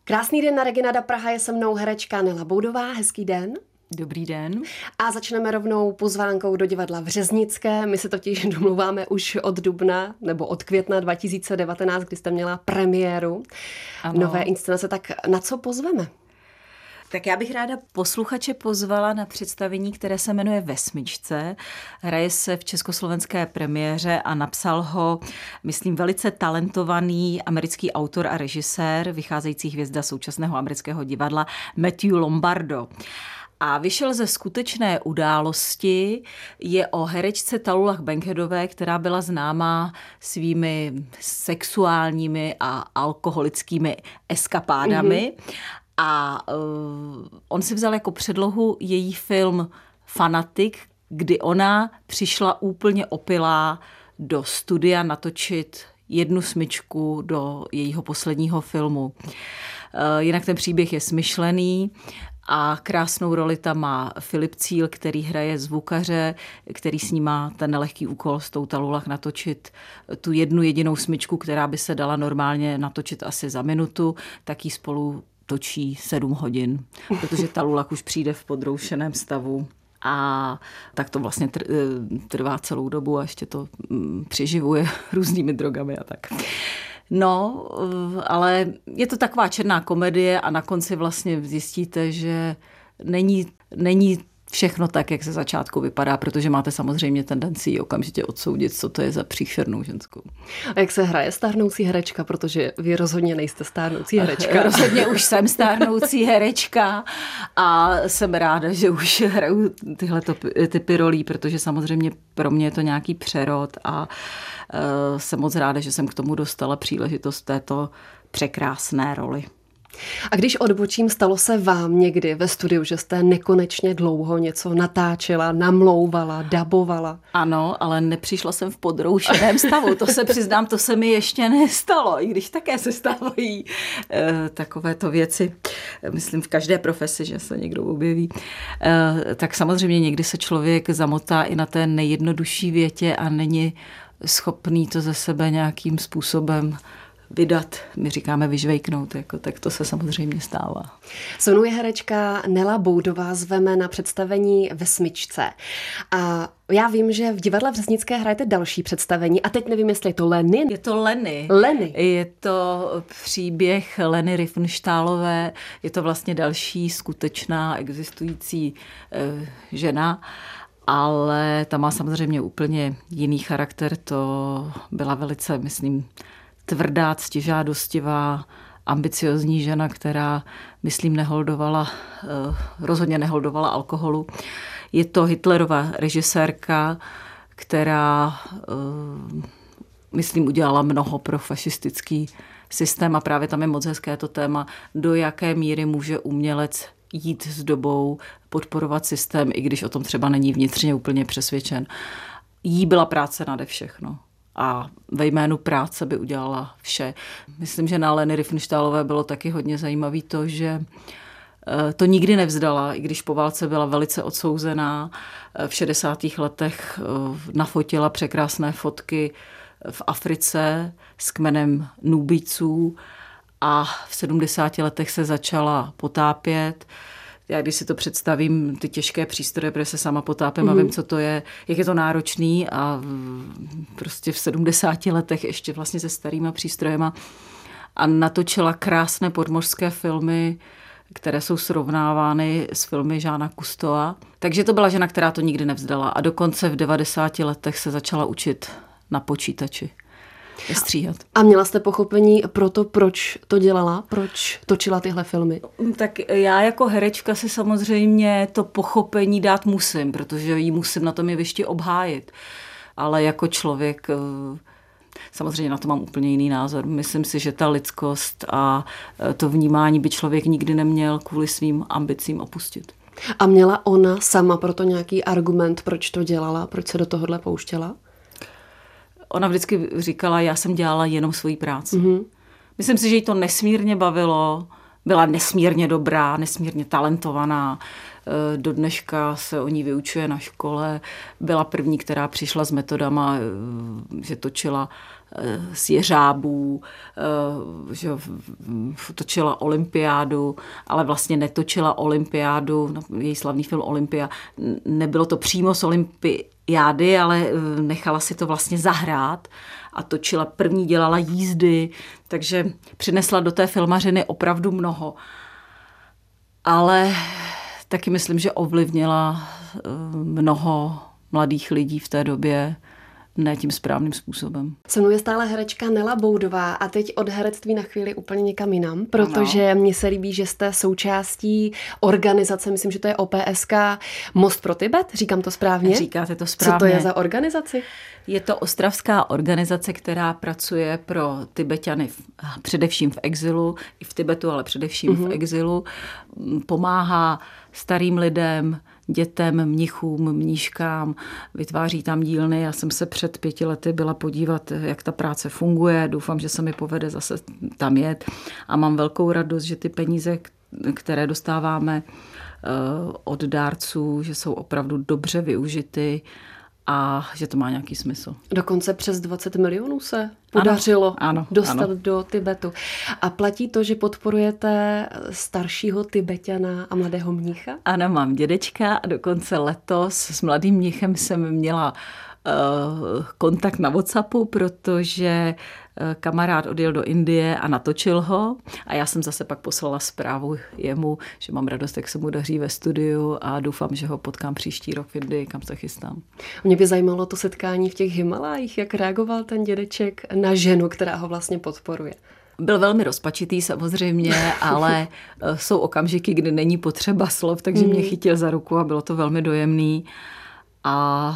Krásný den na Reginada Praha, je se mnou herečka Nela Boudová. Hezký den. Dobrý den. A začneme rovnou pozvánkou do divadla v Řeznické. My se totiž domluváme už od dubna nebo od května 2019, kdy jste měla premiéru nové inscenace. Tak na co pozveme? Tak já bych ráda posluchače pozvala na představení, které se jmenuje Ve smyčce. Hraje se v československé premiéře a napsal ho, myslím, velice talentovaný americký autor a režisér, vycházející hvězda současného amerického divadla Matthew Lombardo. A vyšel ze skutečné události, je o herečce Tallulah Bankheadové, která byla známá svými sexuálními a alkoholickými eskapádami. A on si vzal jako předlohu její film Fanatik, kdy ona přišla úplně opilá do studia natočit jednu smyčku do jejího posledního filmu. Jinak ten příběh je smyšlený a krásnou roli tam má Filip Cíl, který hraje zvukaře, který s ním má ten nelehký úkol s tou Tallulah natočit tu jednu jedinou smyčku, která by se dala normálně natočit asi za minutu, tak jí spolu točí 7 hodin, protože Tallulah už přijde v podroušeném stavu a tak to vlastně trvá celou dobu a ještě to přiživuje různými drogami a tak. No, ale je to taková černá komedie a na konci vlastně zjistíte, že není všechno tak, jak ze začátku vypadá, protože máte samozřejmě tendenci ji okamžitě odsoudit, co to je za příšernou ženskou. A jak se hraje stárnoucí herečka, protože vy rozhodně nejste stárnoucí herečka. Rozhodně už jsem stárnoucí herečka a jsem ráda, že už hraju tyhle typy rolí, protože samozřejmě pro mě je to nějaký přerod a jsem moc ráda, že jsem k tomu dostala příležitost této překrásné roli. A když odbočím, stalo se vám někdy ve studiu, že jste nekonečně dlouho něco natáčela, namlouvala, dabovala? Ano, ale nepřišla jsem v podroušeném stavu. To se přiznám, to se mi ještě nestalo, i když také se stávají takovéto věci. Myslím, v každé profesi, že se někdo objeví. Tak samozřejmě někdy se člověk zamotá i na té nejjednodušší větě a není schopný to ze sebe nějakým způsobem vydat, my říkáme vyžvejknout, tak to se samozřejmě stává. Se mnou je herečka Nela Boudová, zveme na představení Ve smyčce. A já vím, že v divadle v Řeznické hrajete další představení a teď nevím, jestli je to Leny. Je to Leny. Leny. Je to příběh Leny Riefenstahlové, je to vlastně další skutečná existující žena, ale ta má samozřejmě úplně jiný charakter, to byla velice, myslím, tvrdá, ctižádostivá, ambiciozní žena, která, myslím, rozhodně neholdovala alkoholu. Je to Hitlerova režisérka, která, myslím, udělala mnoho pro fašistický systém a právě tam je moc hezké to téma, do jaké míry může umělec jít s dobou, podporovat systém, i když o tom třeba není vnitřně úplně přesvědčen. Jí byla práce nade všechno. A ve jménu práce by udělala vše. Myslím, že na Leny Riefenstahlové bylo taky hodně zajímavé to, že to nikdy nevzdala, i když po válce byla velice odsouzená. V 60. letech nafotila překrásné fotky v Africe s kmenem Nubíců a v 70 letech se začala potápět. Já když si to představím, ty těžké přístroje, protože se sama potápím a vím, co to je, jak je to náročný a prostě v 70 letech ještě vlastně se starýma přístrojema a natočila krásné podmořské filmy, které jsou srovnávány s filmy Jeana Cousteaua. Takže to byla žena, která to nikdy nevzdala a dokonce v 90 letech se začala učit na počítači. Stříhat. A měla jste pochopení pro to, proč to dělala? Proč točila tyhle filmy? Tak já jako herečka si samozřejmě to pochopení dát musím, protože ji musím na tom jevišti obhájit. Ale jako člověk samozřejmě na to mám úplně jiný názor. Myslím si, že ta lidskost a to vnímání by člověk nikdy neměl kvůli svým ambicím opustit. A měla ona sama proto nějaký argument, proč to dělala, proč se do tohohle pouštěla? Ona vždycky říkala, já jsem dělala jenom svoji práci. Myslím si, že jí to nesmírně bavilo, byla nesmírně dobrá, nesmírně talentovaná. Do dneška se o ní vyučuje na škole. Byla první, která přišla s metodama, že točila z jeřábů, že točila olympiádu, ale vlastně netočila olympiádu, její slavný film Olympia. Nebylo to přímo z olympiády, ale nechala si to vlastně zahrát a točila, první dělala jízdy, takže přinesla do té filmařiny opravdu mnoho. Ale taky myslím, že ovlivnila mnoho mladých lidí v té době ne tím správným způsobem. Se mnou je stále herečka Nela Boudová a teď od herectví na chvíli úplně někam jinam, protože mně se líbí, že jste součástí organizace, myslím, že to je OPSK Most pro Tibet, říkám to správně? Říkáte to správně. Co to je za organizaci? Je to ostravská organizace, která pracuje pro Tibeťany především v exilu, i v Tibetu, ale především v exilu. Pomáhá starým lidem, dětem, mnichům, mníškám, vytváří tam dílny. Já jsem se před 5 lety byla podívat, jak ta práce funguje. Doufám, že se mi povede zase tam jet. A mám velkou radost, že ty peníze, které dostáváme od dárců, že jsou opravdu dobře využity a že to má nějaký smysl. Dokonce přes 20 milionů se podařilo dostat do Tibetu. A platí to, že podporujete staršího Tibeťana a mladého mnicha? Ano, mám dědečka a dokonce letos s mladým mnichem jsem měla kontakt na WhatsAppu, protože kamarád odjel do Indie a natočil ho a já jsem zase pak poslala zprávu jemu, že mám radost, jak se mu daří ve studiu a doufám, že ho potkám příští rok v Indii, kam se chystám. Mě by zajímalo to setkání v těch Himalájích, jak reagoval ten dědeček na ženu, která ho vlastně podporuje. Byl velmi rozpačitý samozřejmě, ale jsou okamžiky, kdy není potřeba slov, takže mě chytil za ruku a bylo to velmi dojemný a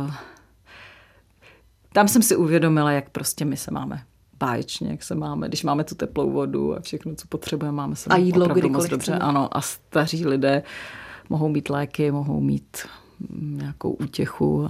tam jsem si uvědomila, jak prostě my se máme báječně, jak se máme, když máme tu teplou vodu a všechno, co potřebujeme, máme se a jídlo, opravdu moc dobře. Ano, a staří lidé mohou mít léky, mohou mít nějakou útěchu.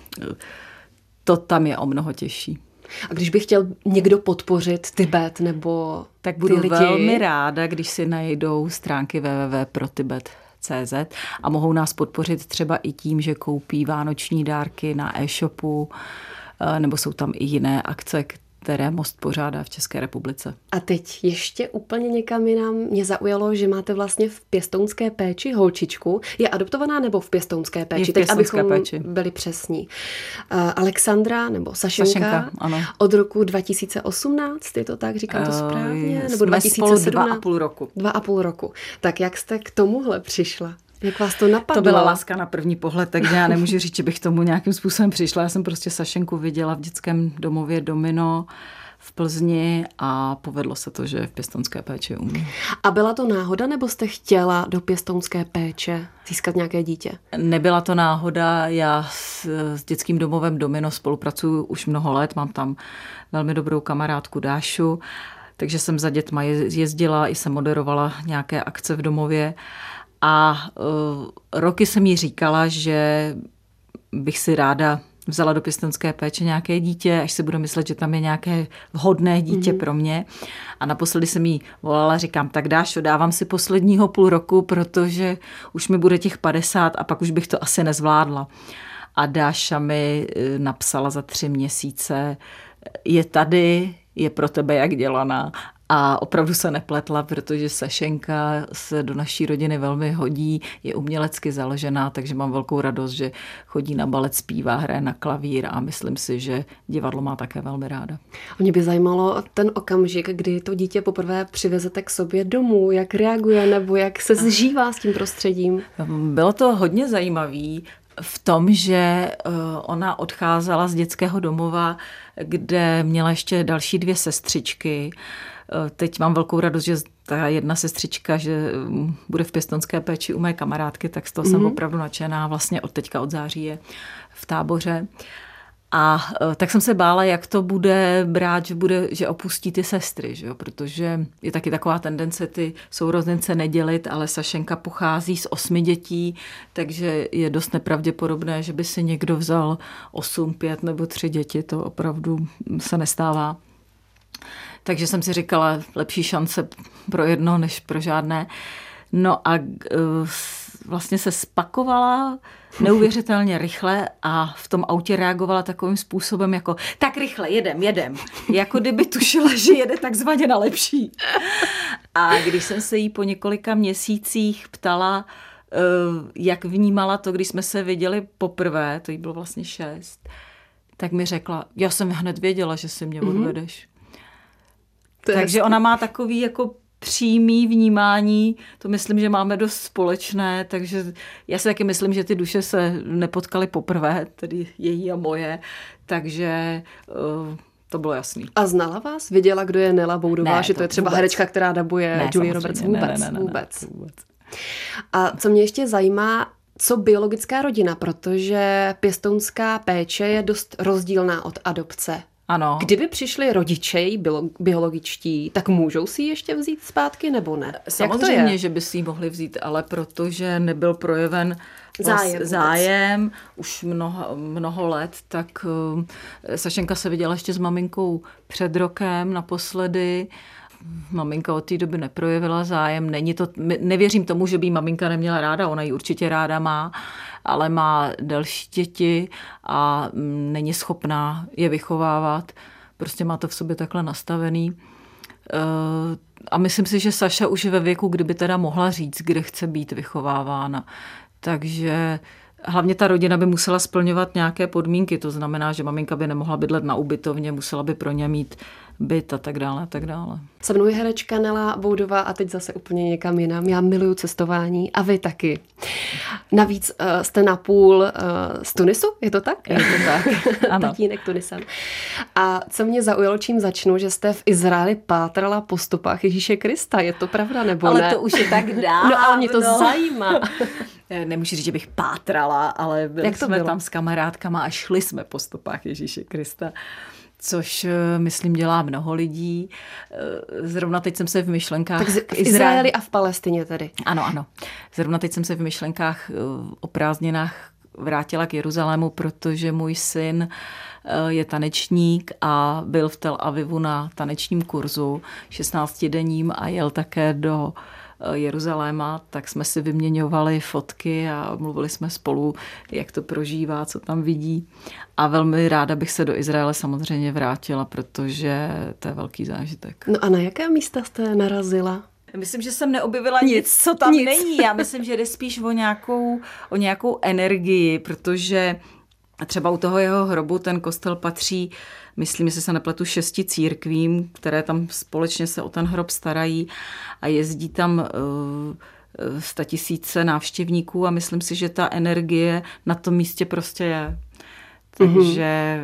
To tam je o mnoho těžší. A když by chtěl někdo podpořit Tibet nebo tak budu velmi ráda, když si najdou stránky www.protibet.cz a mohou nás podpořit třeba i tím, že koupí vánoční dárky na e-shopu, nebo jsou tam i jiné akce, které Most pořádá v České republice. A teď ještě úplně někam jinam. Mě zaujalo, že máte vlastně v pěstounské péči holčičku. Je adoptovaná nebo v pěstounské péči? Je v pěstounské péči. Byli přesní. Alexandra nebo Sašenka ano. Od roku 2018, je to tak, říkám to správně? Nebo 2017? 2,5 roku. 2,5 roku. Tak jak jste k tomuhle přišla? Jak vás to napadlo? To byla láska na první pohled, takže já nemůžu říct, že bych tomu nějakým způsobem přišla. Já jsem prostě Sašenku viděla v dětském domově Domino v Plzni a povedlo se to, že v pěstounské péči umí. A byla to náhoda, nebo jste chtěla do pěstounské péče získat nějaké dítě? Nebyla to náhoda, já s dětským domovem Domino spolupracuju už mnoho let, mám tam velmi dobrou kamarádku Dášu, takže jsem za dětma jezdila, i jsem moderovala nějaké akce v domově. A roky jsem jí říkala, že bych si ráda vzala do pěstounské péče nějaké dítě, až si budu myslet, že tam je nějaké vhodné dítě pro mě. A naposledy jsem jí volala, říkám, tak Dášo, dávám si posledního půl roku, protože už mi bude těch 50 a pak už bych to asi nezvládla. A Dáša mi napsala za 3 měsíce, je tady, je pro tebe jak dělaná. A opravdu se nepletla, protože Sašenka se do naší rodiny velmi hodí, je umělecky založená, takže mám velkou radost, že chodí na balet, zpívá, hraje na klavír a myslím si, že divadlo má také velmi ráda. Mě by zajímalo ten okamžik, kdy to dítě poprvé přivezete k sobě domů, jak reaguje nebo jak se zžívá s tím prostředím. Bylo to hodně zajímavý v tom, že ona odcházela z dětského domova, kde měla ještě další 2 sestřičky. Teď mám velkou radost, že ta jedna sestřička, že bude v pěstounské péči u mé kamarádky, tak z toho jsem opravdu nadšená. Vlastně od teďka od září je v táboře. A tak jsem se bála, jak to bude brát, že opustí ty sestry, že jo? Protože je taky taková tendence ty sourozence nedělit, ale Sašenka pochází z 8 dětí, takže je dost nepravděpodobné, že by si někdo vzal 8, 5 nebo 3 děti, to opravdu se nestává. Takže jsem si říkala, lepší šance pro jedno, než pro žádné. No a vlastně se spakovala neuvěřitelně rychle a v tom autě reagovala takovým způsobem jako tak rychle, jedem. Jako kdyby tušila, že jede takzvaně na lepší. A když jsem se jí po několika měsících ptala, jak vnímala to, když jsme se viděli poprvé, to jí bylo vlastně 6, tak mi řekla, já jsem hned věděla, že si mě odvedeš. Takže ona má takový jako přímý vnímání, to myslím, že máme dost společné, takže já si taky myslím, že ty duše se nepotkaly poprvé, tedy její a moje, takže to bylo jasný. A znala vás? Věděla, kdo je Nela Boudová, ne, že to je třeba herečka, která dabuje Julie Roberts? Vůbec. A co mě ještě zajímá, co biologická rodina, protože pěstounská péče je dost rozdílná od adopce. Ano. Kdyby přišli rodiče biologičtí, tak můžou si ji ještě vzít zpátky nebo ne? Samozřejmě, že by si ji mohli vzít, ale protože nebyl projeven zájem už mnoho let, tak Sašenka se viděla ještě s maminkou před rokem naposledy. Maminka od té doby neprojevila zájem. Nevěřím tomu, že by jí maminka neměla ráda, ona ji určitě ráda má, ale má další děti a není schopná je vychovávat. Prostě má to v sobě takhle nastavený. A myslím si, že Saša už je ve věku, kdyby teda mohla říct, kde chce být vychovávána. Takže hlavně ta rodina by musela splňovat nějaké podmínky, to znamená, že maminka by nemohla bydlet na ubytovně, musela by pro ně mít byt a tak dále, a tak dále. Se mnou je herečka Nela Boudová a teď zase úplně někam jinam. Já miluju cestování a vy taky. Navíc jste napůl z Tunisu, je to tak? Je to tak, ano. Tatínek Tunisan. A co mě zaujalo, čím začnu, že jste v Izraeli pátrala po stopách Ježíše Krista. Je to pravda nebo ale ne? Ale to už je tak dávno. No ale mě to zajímá. Nemůžu říct, že bych pátrala, ale byli jsme tam s kamarádkama a šli jsme po stopách Ježíše Krista. Což, myslím, dělá mnoho lidí. Zrovna teď jsem se v myšlenkách... Tak v Izraeli a v Palestině tedy. Ano. Zrovna teď jsem se v myšlenkách o prázdninách vrátila k Jeruzalému, protože můj syn je tanečník a byl v Tel Avivu na tanečním kurzu 16denním a jel také do Jeruzaléma, tak jsme si vyměňovali fotky a mluvili jsme spolu, jak to prožívá, co tam vidí. A velmi ráda bych se do Izraele samozřejmě vrátila, protože to je velký zážitek. No a na jaké místa jste narazila? Myslím, že jsem neobjevila nic, co tam není. Já myslím, že jde spíš o nějakou energii, protože třeba u toho jeho hrobu ten kostel patří, myslím, jestli se nepletu, 6 církvím, které tam společně se o ten hrob starají a jezdí tam 100 000 návštěvníků a myslím si, že ta energie na tom místě prostě je. Takže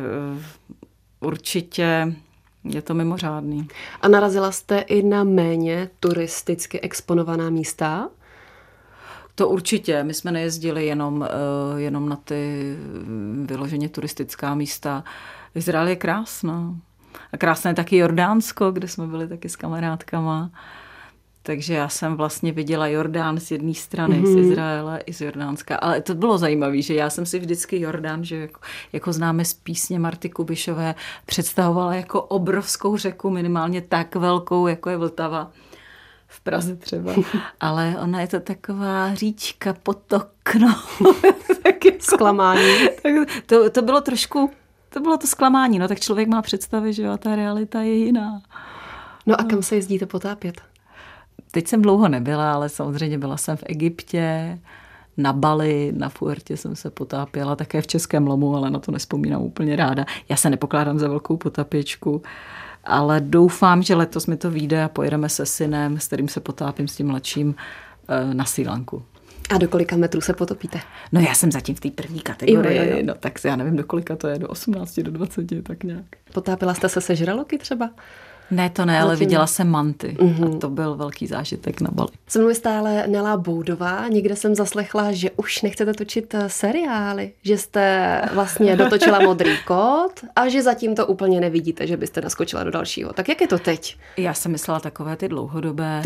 určitě je to mimořádný. A narazila jste i na méně turisticky exponovaná místa? To určitě. My jsme nejezdili jenom na ty vyloženě turistická místa. Izrael je krásná. A krásné je taky Jordánsko, kde jsme byli taky s kamarádkama. Takže já jsem vlastně viděla Jordán z jedné strany, z Izraele i z Jordánska. Ale to bylo zajímavé, že já jsem si vždycky Jordán, že jako známe z písně Marty Kubišové, představovala jako obrovskou řeku, minimálně tak velkou, jako je Vltava. V Praze třeba. Ale ona je to taková říčka, potok, no. Tak jako, zklamání. To bylo trošku, to bylo to zklamání, no tak člověk má představit, že jo, ta realita je jiná. No a kam se jezdíte potápět? Teď jsem dlouho nebyla, ale samozřejmě byla jsem v Egyptě, na Bali, na Fuertě jsem se potápěla, také v Českém Lomu, ale na to nevzpomínám úplně ráda. Já se nepokládám za velkou potapěčku, ale doufám, že letos mi to vyjde a pojedeme se synem, s kterým se potápím, s tím mladším, na Srí Lanku. A do kolika metrů se potopíte? No já jsem zatím v té první kategorii, jo. No tak já nevím, do kolika to je, do 18, do 20, tak nějak. Potápila jste se se žraloky třeba? Ne, to ne, ale viděla jsem manty a to byl velký zážitek na Bali. Se mnou je stále Nela Boudová. Někde jsem zaslechla, že už nechcete točit seriály, že jste vlastně dotočila Modrý kód a že zatím to úplně nevidíte, že byste naskočila do dalšího. Tak jak je to teď? Já jsem myslela takové ty dlouhodobé.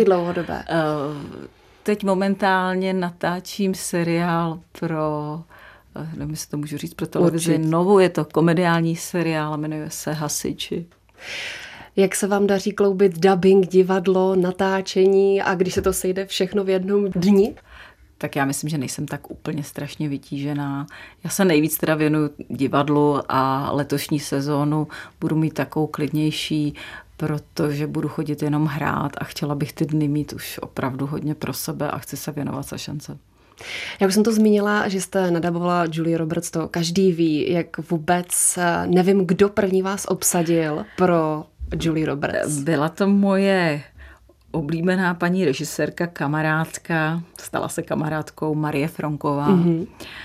Teď momentálně natáčím seriál pro, nevím, jestli to můžu říct, pro televizi novou. Je to komediální seriál, jmenuje se Hasiči. Jak se vám daří kloubit dabing, divadlo, natáčení a když se to sejde všechno v jednom dni? tak já myslím, že nejsem tak úplně strašně vytížená. Já se nejvíc teda věnuju divadlu a letošní sezónu budu mít takovou klidnější, protože budu chodit jenom hrát a chtěla bych ty dny mít už opravdu hodně pro sebe a chci se věnovat Sašence. Já už jsem to zmínila, že jste nadabovala Julie Roberts, to každý ví, jak vůbec nevím, kdo první vás obsadil pro Julie Roberts. Byla to moje oblíbená paní režisérka, kamarádka, stala se kamarádkou Marie Fronková. Mm-hmm.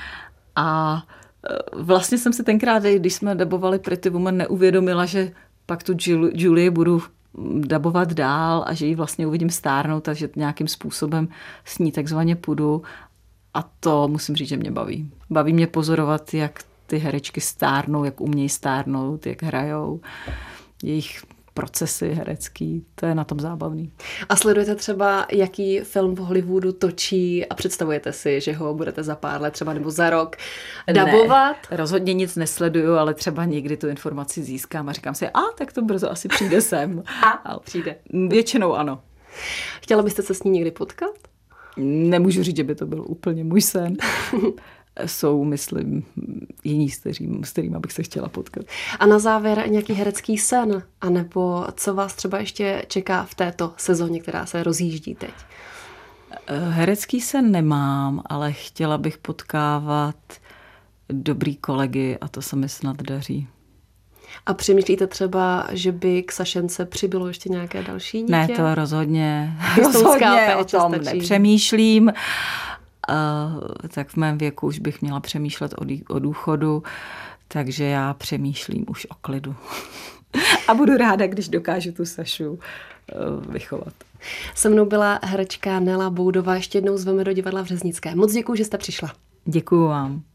A vlastně jsem se tenkrát, když jsme dabovali Pretty Woman, neuvědomila, že pak tu Julie budu dabovat dál a že ji vlastně uvidím stárnout, takže nějakým způsobem s ní takzvaně půjdu. A to musím říct, že mě baví. Baví mě pozorovat, jak ty herečky stárnou, jak umějí stárnout, jak hrajou, jejich procesy herecký, to je na tom zábavný. A sledujete třeba, jaký film v Hollywoodu točí a představujete si, že ho budete za pár let třeba nebo za rok dabovat? Ne, rozhodně nic nesleduju, ale třeba někdy tu informaci získám a říkám si, tak to brzo asi přijde sem. A přijde. Většinou ano. Chtěla byste se s ní někdy potkat? Nemůžu říct, že by to byl úplně můj sen. Jsou, myslím, jiní, s kterými bych se chtěla potkat. A na závěr nějaký herecký sen? A nebo co vás třeba ještě čeká v této sezóně, která se rozjíždí teď? Herecký sen nemám, ale chtěla bych potkávat dobrý kolegy a to se mi snad daří. A přemýšlíte třeba, že by k Sašence přibylo ještě nějaké další dítě? Ne, to rozhodně o tom nepřemýšlím. Tak v mém věku už bych měla přemýšlet o důchodu, takže já přemýšlím už o klidu. A budu ráda, když dokážu tu Sašu vychovat. Se mnou byla herečka Nela Boudová. Ještě jednou zveme do divadla v Řeznické. Moc děkuju, že jste přišla. Děkuju vám.